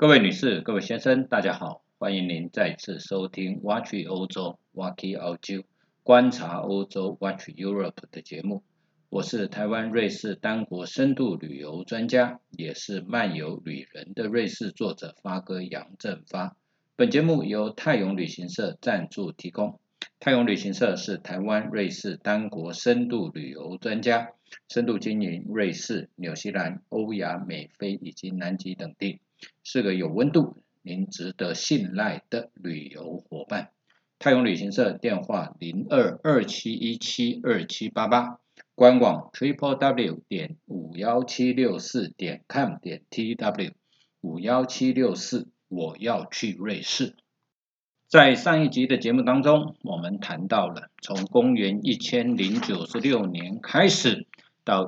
各位女士、各位先生，大家好，欢迎您再次收听挖去欧洲 Walkie 澳洲观察欧洲 Watch Europe 的节目。我是台湾瑞士单国深度旅游专家，也是漫游旅人的瑞士作者发哥杨振发。本节目由泰永旅行社赞助提供。泰永旅行社是台湾瑞士单国深度旅游专家，深度经营瑞士、纽西兰、欧亚、美非以及南极等地。是个有温度、您值得信赖的旅游伙伴。泰永旅行社电话0227172788，官网 www.51764.com.tw 我要去瑞士。在上一集的节目当中，我们谈到了从公元1096年开始到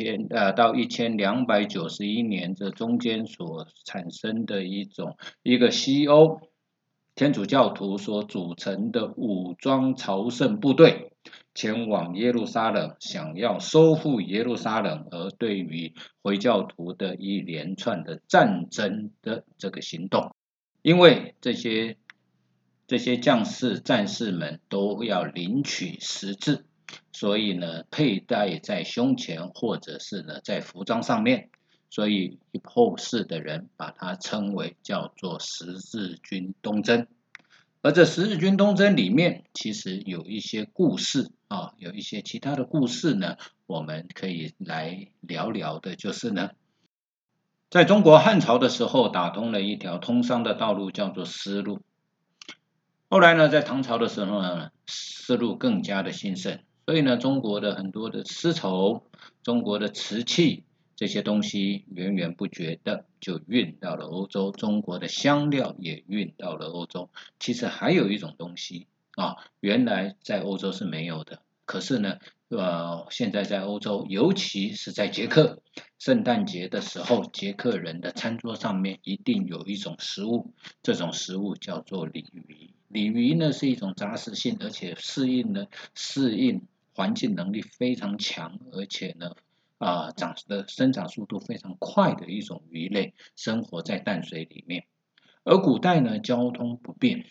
1291年这中间所产生的一个西欧天主教徒所组成的武装朝圣部队前往耶路撒冷，想要收复耶路撒冷，而对于回教徒的一连串的战争的这个行动。因为这些将士战士们都要领取十字，所以呢佩戴在胸前或者是呢在服装上面，所以后世的人把它称为叫做十字军东征。而这十字军东征里面其实有一些故事有一些其他的故事呢，我们可以来聊聊的，就是呢在中国汉朝的时候打通了一条通商的道路，叫做丝路。后来呢，在唐朝的时候呢，丝路更加的兴盛，所以呢，中国的很多的丝绸、中国的瓷器这些东西源源不绝的就运到了欧洲，中国的香料也运到了欧洲。其实还有一种东西原来在欧洲是没有的，可是呢，现在在欧洲，尤其是在捷克，圣诞节的时候，捷克人的餐桌上面一定有一种食物，这种食物叫做鲤鱼。鲤鱼呢是一种杂食性，而且适应环境能力非常强，而且呢生长速度非常快的一种鱼类，生活在淡水里面。而古代呢交通不便，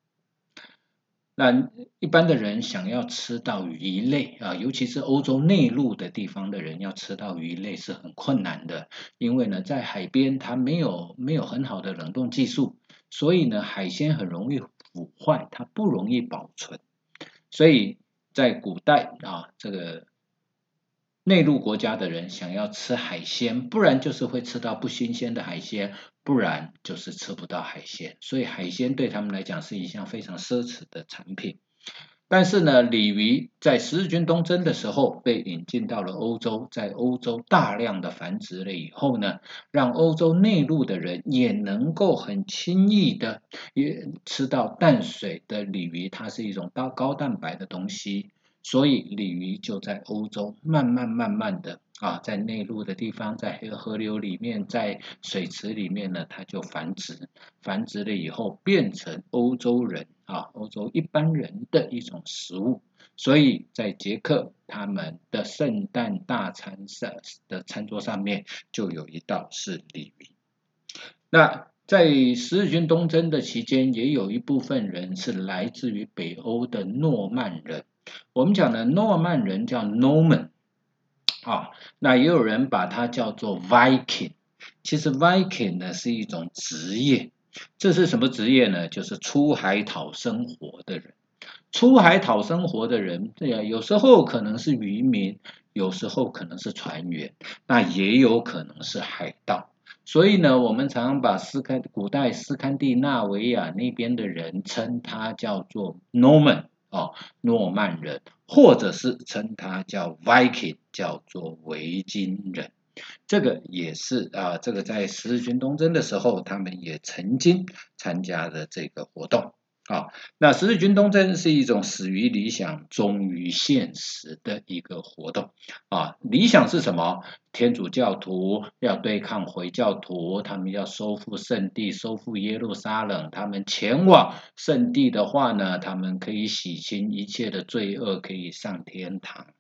那一般的人想要吃到鱼类尤其是欧洲内陆的地方的人要吃到鱼类是很困难的，因为呢在海边它没有很好的冷冻技术，所以呢海鲜很容易腐坏，它不容易保存。所以在古代这个内陆国家的人想要吃海鲜，不然就是会吃到不新鲜的海鲜，不然就是吃不到海鲜，所以海鲜对他们来讲是一项非常奢侈的产品。但是呢，鲤鱼在十字军东征的时候被引进到了欧洲，在欧洲大量的繁殖了以后呢，让欧洲内陆的人也能够很轻易的也吃到淡水的鲤鱼，它是一种高蛋白的东西，所以鲤鱼就在欧洲慢慢的在内陆的地方，在河流里面，在水池里面呢，它就繁殖了以后变成欧洲人欧洲一般人的一种食物。所以在捷克他们的圣诞大餐的餐桌上面就有一道是鲤鱼。那在十字军东征的期间，也有一部分人是来自于北欧的诺曼人。我们讲的诺曼人叫 Norman 那也有人把它叫做 Viking。其实 Viking 呢是一种职业，这是什么职业呢？就是出海讨生活的人。出海讨生活的人，有时候可能是渔民，有时候可能是船员，那也有可能是海盗。所以呢，我们常常把古代斯堪的纳维亚那边的人称他叫做 Norman 诺曼人，或者是称他叫 Viking 叫做维京人。这个也是这个在十字军东征的时候，他们也曾经参加了这个活动。那十字军东征是一种始于理想忠于现实的一个活动理想是什么？天主教徒要对抗回教徒，他们要收复圣地，收复耶路撒冷，他们前往圣地的话呢，他们可以洗清一切的罪恶，可以上天堂。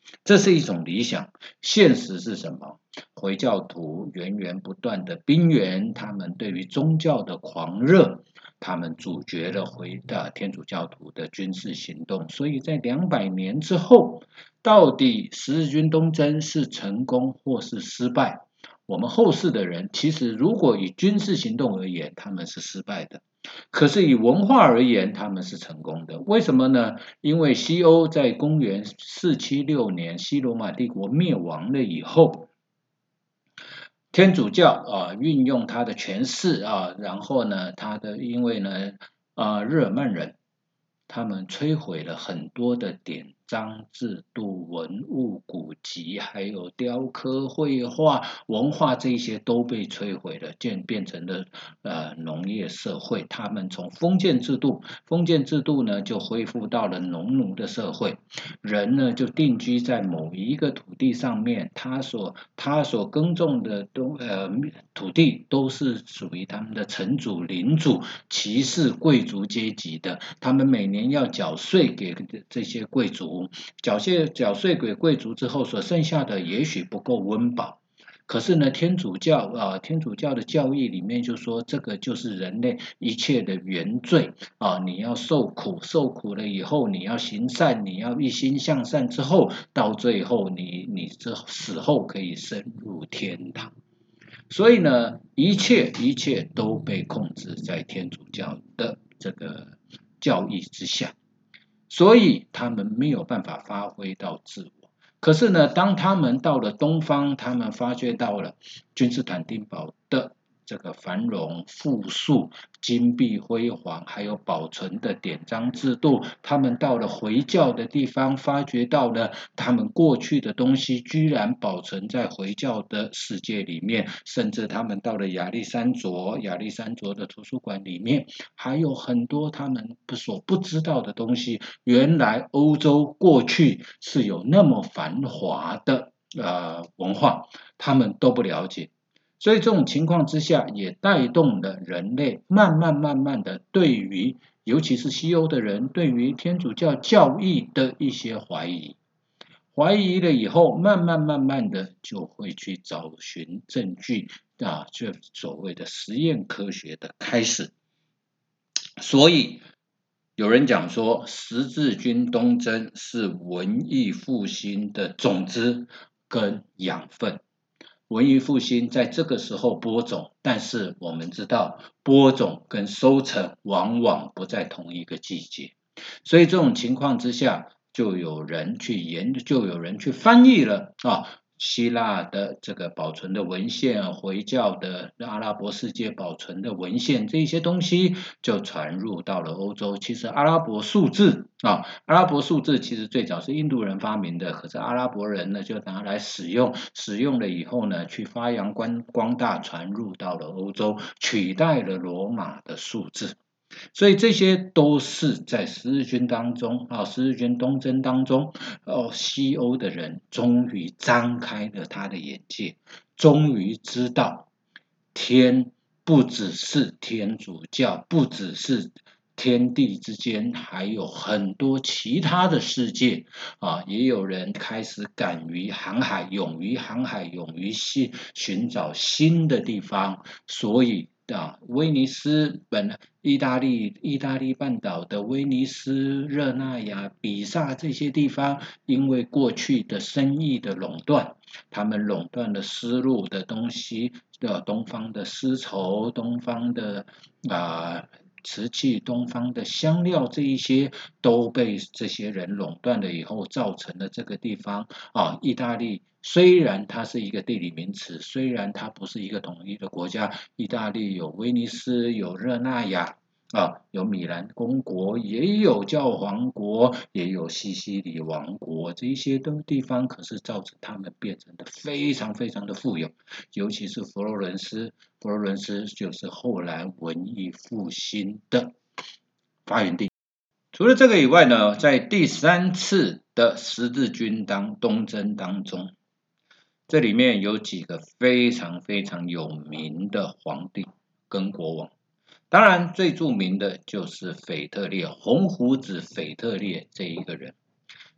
这是一种理想。现实是什么？回教徒源源不断的兵源，他们对于宗教的狂热，他们阻绝了天主教徒的军事行动。所以在200年之后，到底十字军东征是成功或是失败？我们后世的人其实如果以军事行动而言，他们是失败的。可是以文化而言，他们是成功的。为什么呢？因为西欧在公元476年西罗马帝国灭亡了以后，天主教运用他的权势然后呢，因为呢日耳曼人他们摧毁了很多的典章制度、文物古籍，还有雕刻、绘画、文化这些都被摧毁了，变成了农业社会。他们从封建制度呢就恢复到了农奴的社会，人呢就定居在某一个土地上面，他所耕种的土地都是属于他们的城主、领主、骑士、贵族阶级的，他们每年要缴税给这些贵族，缴税给贵族之后，所剩下的也许不够温饱。可是呢，天主教的教义里面就说，这个就是人类一切的原罪你要受苦，受苦了以后，你要行善，你要一心向善之后，到最后你死后可以升入天堂。所以呢，一切都被控制在天主教的这个教义之下，所以他们没有办法发挥到自我。可是呢，当他们到了东方，他们发觉到了君士坦丁堡的这个繁荣富庶、金碧辉煌，还有保存的典章制度，他们到了回教的地方，发觉到了他们过去的东西居然保存在回教的世界里面，甚至他们到了亚历山卓的图书馆里面，还有很多他们所不知道的东西。原来欧洲过去是有那么繁华的文化，他们都不了解。所以这种情况之下，也带动了人类慢慢的对于，尤其是西欧的人，对于天主教教义的一些怀疑。怀疑了以后，慢慢的就会去找寻证据这所谓的实验科学的开始。所以有人讲说，十字军东征是文艺复兴的种子跟养分。文艺复兴在这个时候播种，但是我们知道播种跟收成往往不在同一个季节，所以这种情况之下，就有人去翻译了希腊的这个保存的文献，回教的阿拉伯世界保存的文献，这些东西就传入到了欧洲。其实阿拉伯数字其实最早是印度人发明的，可是阿拉伯人呢就拿来使用了以后呢，去发扬光大，传入到了欧洲，取代了罗马的数字。所以这些都是在十字军东征当中西欧的人终于张开了他的眼界，终于知道天不只是天主教，不只是天地之间，还有很多其他的世界也有人开始敢于航海，勇于寻找新的地方。所以威尼斯意大利半岛的威尼斯、热那亚、比萨这些地方，因为过去的生意的垄断，他们垄断了丝路的东西，东方的丝绸、东方的瓷器、东方的香料，这一些都被这些人垄断了以后，造成了这个地方意大利虽然它是一个地理名词，虽然它不是一个统一的国家，意大利有威尼斯，有热那亚有米兰公国，也有教皇国，也有西西里王国，这些地方可是造成他们变成的非常的富有，尤其是佛罗伦斯就是后来文艺复兴的发源地。除了这个以外呢，在第3次的十字军东征当中，这里面有几个非常有名的皇帝跟国王。当然最著名的就是腓特烈，红胡子腓特烈这一个人。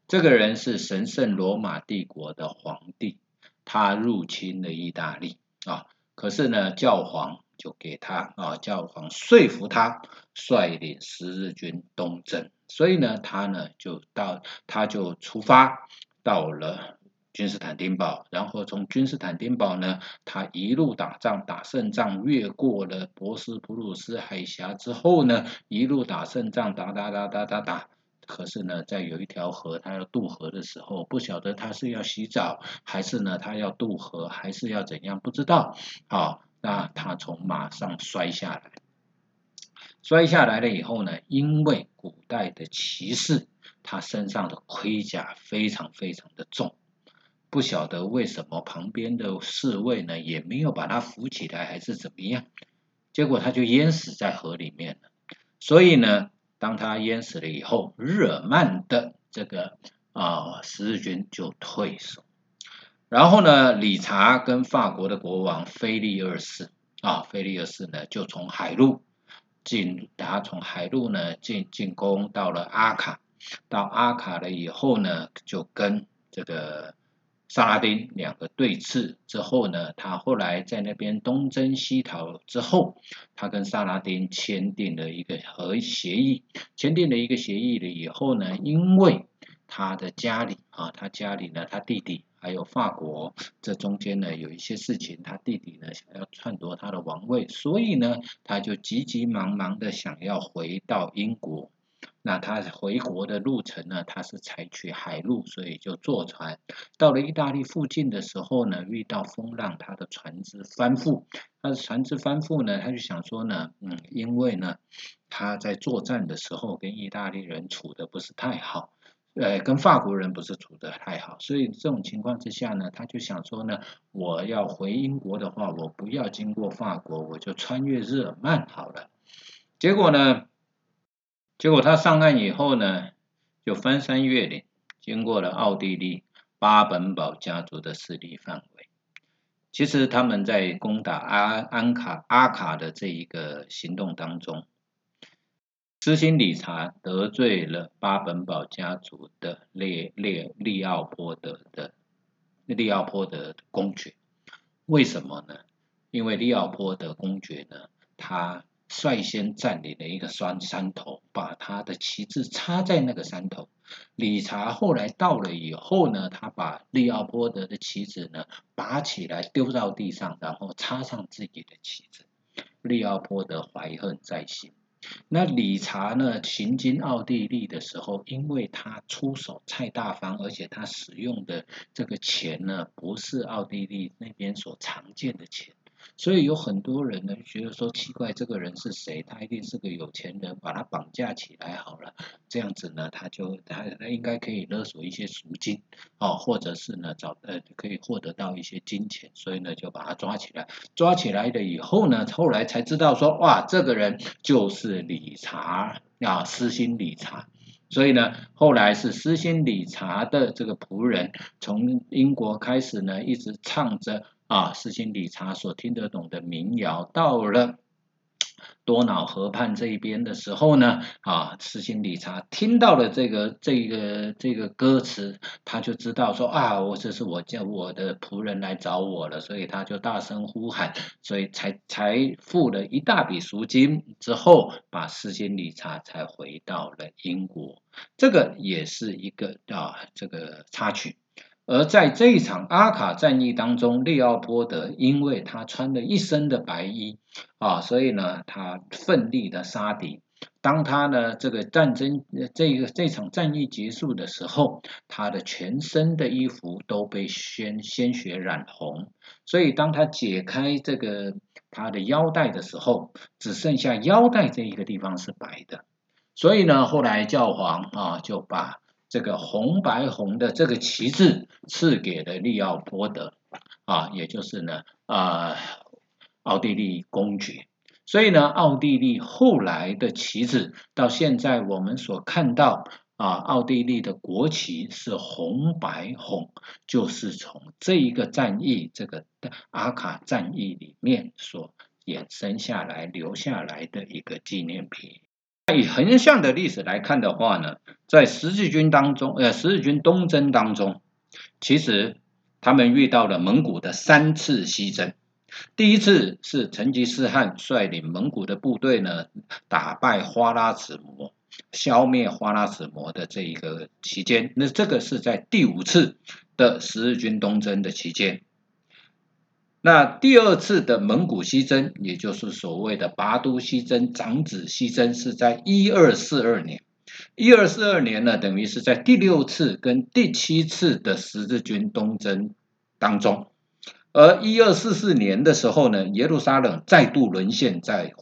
这个人是神圣罗马帝国的皇帝，他入侵了意大利啊，可是呢，教皇就给他教皇说服他率领十字军东征，所以呢，他就出发到了君士坦丁堡，然后从君士坦丁堡呢，他一路打仗打胜仗，越过了博斯普鲁斯海峡之后呢，一路打胜仗，打。可是呢，在有一条河，他要渡河的时候，不晓得他是要洗澡，还是呢他要渡河，还是要怎样，不知道。那他从马上摔下来，摔下来了以后呢，因为古代的骑士他身上的盔甲非常非常的重，不晓得为什么旁边的侍卫呢也没有把他扶起来，还是怎么样，结果他就淹死在河里面了。所以呢，当他淹死了以后，日耳曼的这个十字军就退守。然后呢，理查跟法国的国王腓力二世呢，就从海路从海路呢进攻到了阿卡，到阿卡了以后呢，就跟这个萨拉丁两个对峙之后呢，他后来在那边东征西讨之后，他跟萨拉丁签订了一个协议，签订了一个协议了以后呢，因为他家里呢，他弟弟还有法国，这中间呢有一些事情，他弟弟呢想要篡夺他的王位，所以呢，他就急急忙忙的想要回到英国。那他回国的路程呢，他是采取海路，所以就坐船。到了意大利附近的时候呢，遇到风浪，他的船只翻覆。他的船只翻覆呢，他就想说呢，因为呢，他在作战的时候跟意大利人处的不是太好。跟法国人不是处得太好，所以这种情况之下呢，他就想说呢，我要回英国的话，我不要经过法国，我就穿越日耳曼好了。结果呢，他上岸以后呢，就翻山越岭，经过了奥地利巴本堡家族的势力范围。其实他们在攻打阿卡的这一个行动当中，施辛理查得罪了巴本堡家族的利奥波德公爵。为什么呢？因为利奥波德公爵呢，他率先占领了一个山头，把他的旗帜插在那个山头。理查后来到了以后呢，他把利奥波德的旗子呢拔起来丢到地上，然后插上自己的旗子。利奥波德怀恨在心。那理查呢，行经奥地利的时候，因为他出手太大方，而且他使用的这个钱呢，不是奥地利那边所常见的钱，所以有很多人呢觉得说奇怪，这个人是谁？他一定是个有钱人，把他绑架起来好了，这样子呢，他应该可以勒索一些赎金或者是呢可以获得到一些金钱，所以呢就把他抓起来。抓起来了以后呢，后来才知道说，哇，这个人就是理查施辛理查。所以呢，后来是施辛理查的这个仆人，从英国开始呢，一直唱着施辛理查所听得懂的民谣，到了多瑙河畔这一边的时候呢，施辛理查听到了这个歌词，他就知道说这是我叫我的仆人来找我了，所以他就大声呼喊，所以才付了一大笔赎金之后，把施辛理查才回到了英国。这个也是一个这个插曲。而在这一场阿卡战役当中，利奥波德因为他穿了一身的白衣所以呢，他奋力的杀敌。当他呢这个这场战役结束的时候，他的全身的衣服都被鲜血染红，所以当他解开他的腰带的时候，只剩下腰带这一个地方是白的。所以呢，后来教皇就把这个红白红的这个旗帜赐给了利奥波德也就是呢奥地利公爵。所以呢，奥地利后来的旗帜到现在我们所看到奥地利的国旗是红白红，就是从这一个战役，这个阿卡战役里面所衍生下来留下来的一个纪念品。 以横向的历史来看的话呢，在十字军东征当中，其实他们遇到了蒙古的3次西征。第一次是成吉思汗率领蒙古的部队呢，打败花剌子模，消灭花剌子模的这一个期间，那这个是在第5次的十字军东征的期间。那第2次的蒙古西征，也就是所谓的拔都西征、长子西征，是在1242年。1242年呢，等于是在第6次跟第7次的十字军东征当中。而1244年的时候呢，耶路撒冷再度沦陷在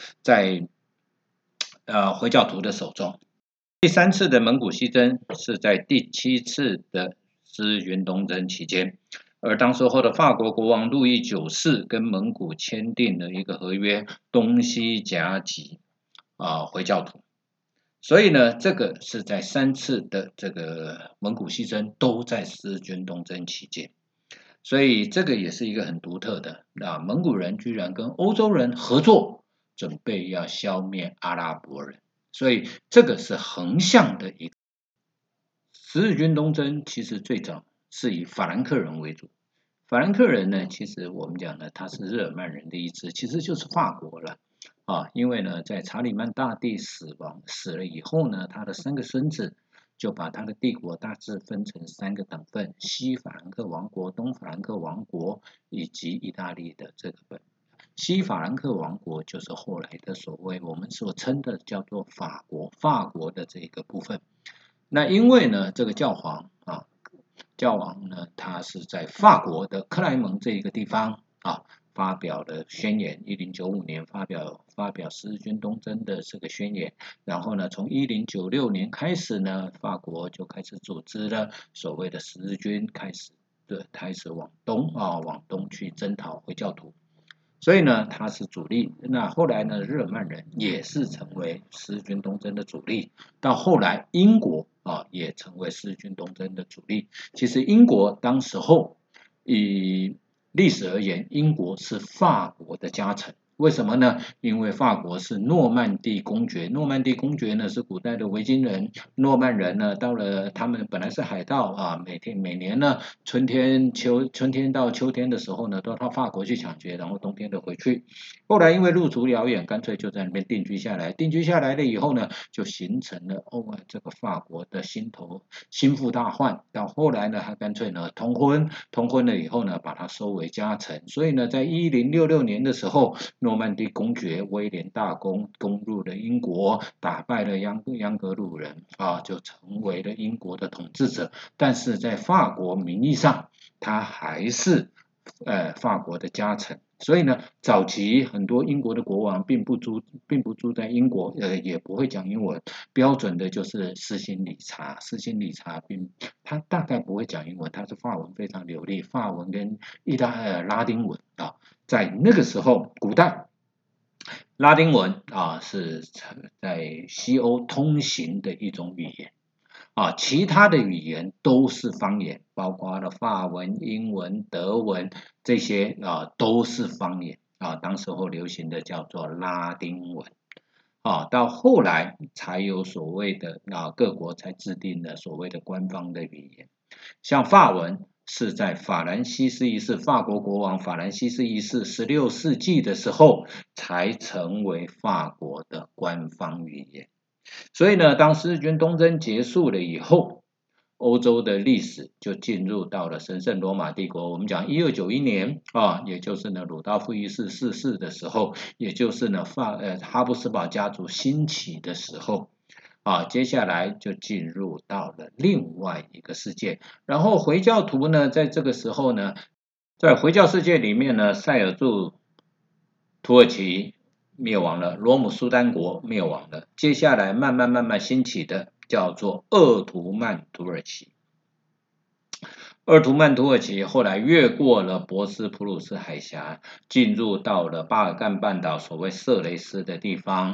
回教徒的手中。第3次的蒙古西征是在第7次的十字军东征期间，而当时候的法国国王路易9世跟蒙古签订了一个合约，东西夹击回教徒。所以呢，这个是在3次的这个蒙古西征都在十字军东征期间。所以这个也是一个很独特的，蒙古人居然跟欧洲人合作，准备要消灭阿拉伯人，所以这个是横向的一个。十字军东征其实最早是以法兰克人为主，法兰克人呢，其实我们讲呢，他是日耳曼人的一支，其实就是法国了因为呢，在查理曼大帝死了以后呢，他的3个孙子就把他的帝国大致分成3个等份：西法兰克王国、东法兰克王国以及意大利的这个本。西法兰克王国就是后来的所谓我们所称的叫做法国的这个部分。那因为呢，这个教皇呢，他是在法国的克莱蒙这一个地方发表了宣言，1095年发表十字军东征的这个宣言。然后呢，从1096年开始呢，法国就开始组织了所谓的十字军，开始往东去征讨回教徒。所以呢，他是主力。那后来呢，日耳曼人也是成为十字军东征的主力。到后来，英国也成为十字军东征的主力。其实英国当时候以历史而言，英国是法国的家臣。为什么呢？因为法国是诺曼底公爵，诺曼底公爵呢是古代的维京人，诺曼人呢到了他们本来是海盗每年呢春天到秋天的时候呢都到法国去抢劫，然后冬天的回去。后来因为路途遥远，干脆就在那边定居下来。定居下来了以后呢，就形成了这个法国的心腹大患。到后来呢，他干脆呢通婚了以后呢，把他收为家臣。所以呢，在1066年的时候，诺曼底公爵威廉大公攻入了英国，打败了央格鲁人就成为了英国的统治者。但是在法国名义上，他还是法国的家臣。所以呢，早期很多英国的国王并不住在英国，也不会讲英文。标准的就是施行理查他大概不会讲英文，他是法文非常流利，法文跟拉丁文在那个时候古代拉丁文是在西欧通行的一种语言其他的语言都是方言，包括了法文、英文、德文这些都是方言当时候流行的叫做拉丁文到后来才有所谓的各国才制定了所谓的官方的语言，像法文是在法国国王法兰西斯一世16世纪的时候才成为法国的官方语言。所以呢，当十字军东征结束了以后，欧洲的历史就进入到了神圣罗马帝国。我们讲1291年也就是呢鲁道夫一世逝世的时候，也就是呢哈布斯堡家族兴起的时候接下来就进入到了另外一个世界。然后回教徒呢，在这个时候呢，在回教世界里面呢，塞尔柱土耳其灭亡了，罗姆苏丹国灭亡了，接下来慢慢兴起的叫做鄂图曼土耳其。鄂图曼土耳其后来越过了博斯普鲁斯海峡，进入到了巴尔干半岛所谓色雷斯的地方。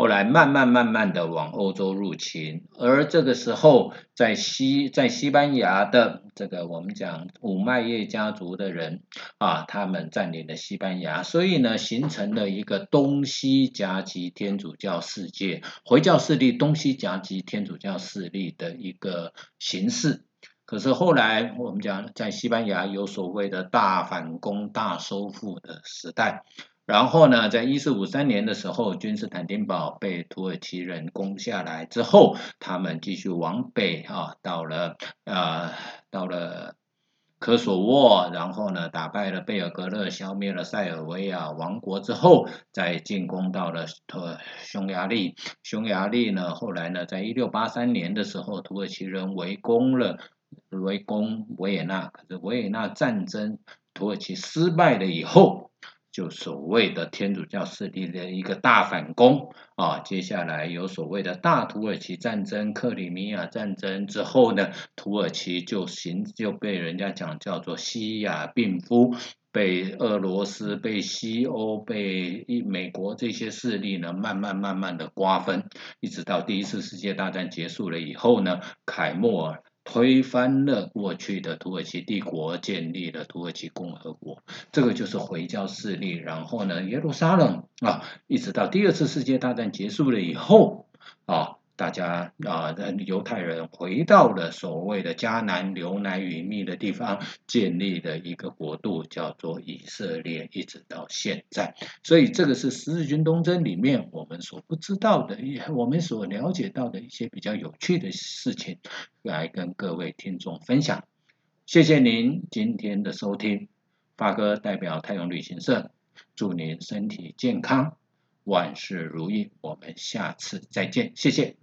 后来慢慢的往欧洲入侵，而这个时候在西班牙的这个我们讲五麦叶家族的人啊，他们占领了西班牙，所以呢形成了一个东西夹击天主教世界，回教势力东西夹击天主教势力的一个形式。可是后来我们讲，在西班牙有所谓的大反攻、大收复的时代。然后呢，在1453年的时候，君士坦丁堡被土耳其人攻下来之后，他们继续往北啊，到了科索沃，然后呢，打败了贝尔格勒，消灭了塞尔维亚王国之后，再进攻到了匈牙利。匈牙利呢，后来呢，在1683年的时候，土耳其人围攻维也纳，可是维也纳战争土耳其失败了以后，就所谓的天主教势力的一个大反攻啊，接下来有所谓的大土耳其战争、克里米亚战争之后呢，土耳其就被人家讲叫做西亚病夫。被俄罗斯、被西欧、被美国这些势力呢，慢慢的瓜分，一直到第一次世界大战结束了以后呢，凯末尔推翻了过去的土耳其帝国，建立了土耳其共和国。这个就是回教势力。然后呢，耶路撒冷啊，一直到第二次世界大战结束了以后啊，大家犹太人回到了所谓的迦南流奶与蜜的地方，建立了一个国度，叫做以色列，一直到现在。所以这个是十字军东征里面我们所不知道的，我们所了解到的一些比较有趣的事情，来跟各位听众分享。谢谢您今天的收听，发哥代表太阳旅行社，祝您身体健康，万事如意，我们下次再见，谢谢。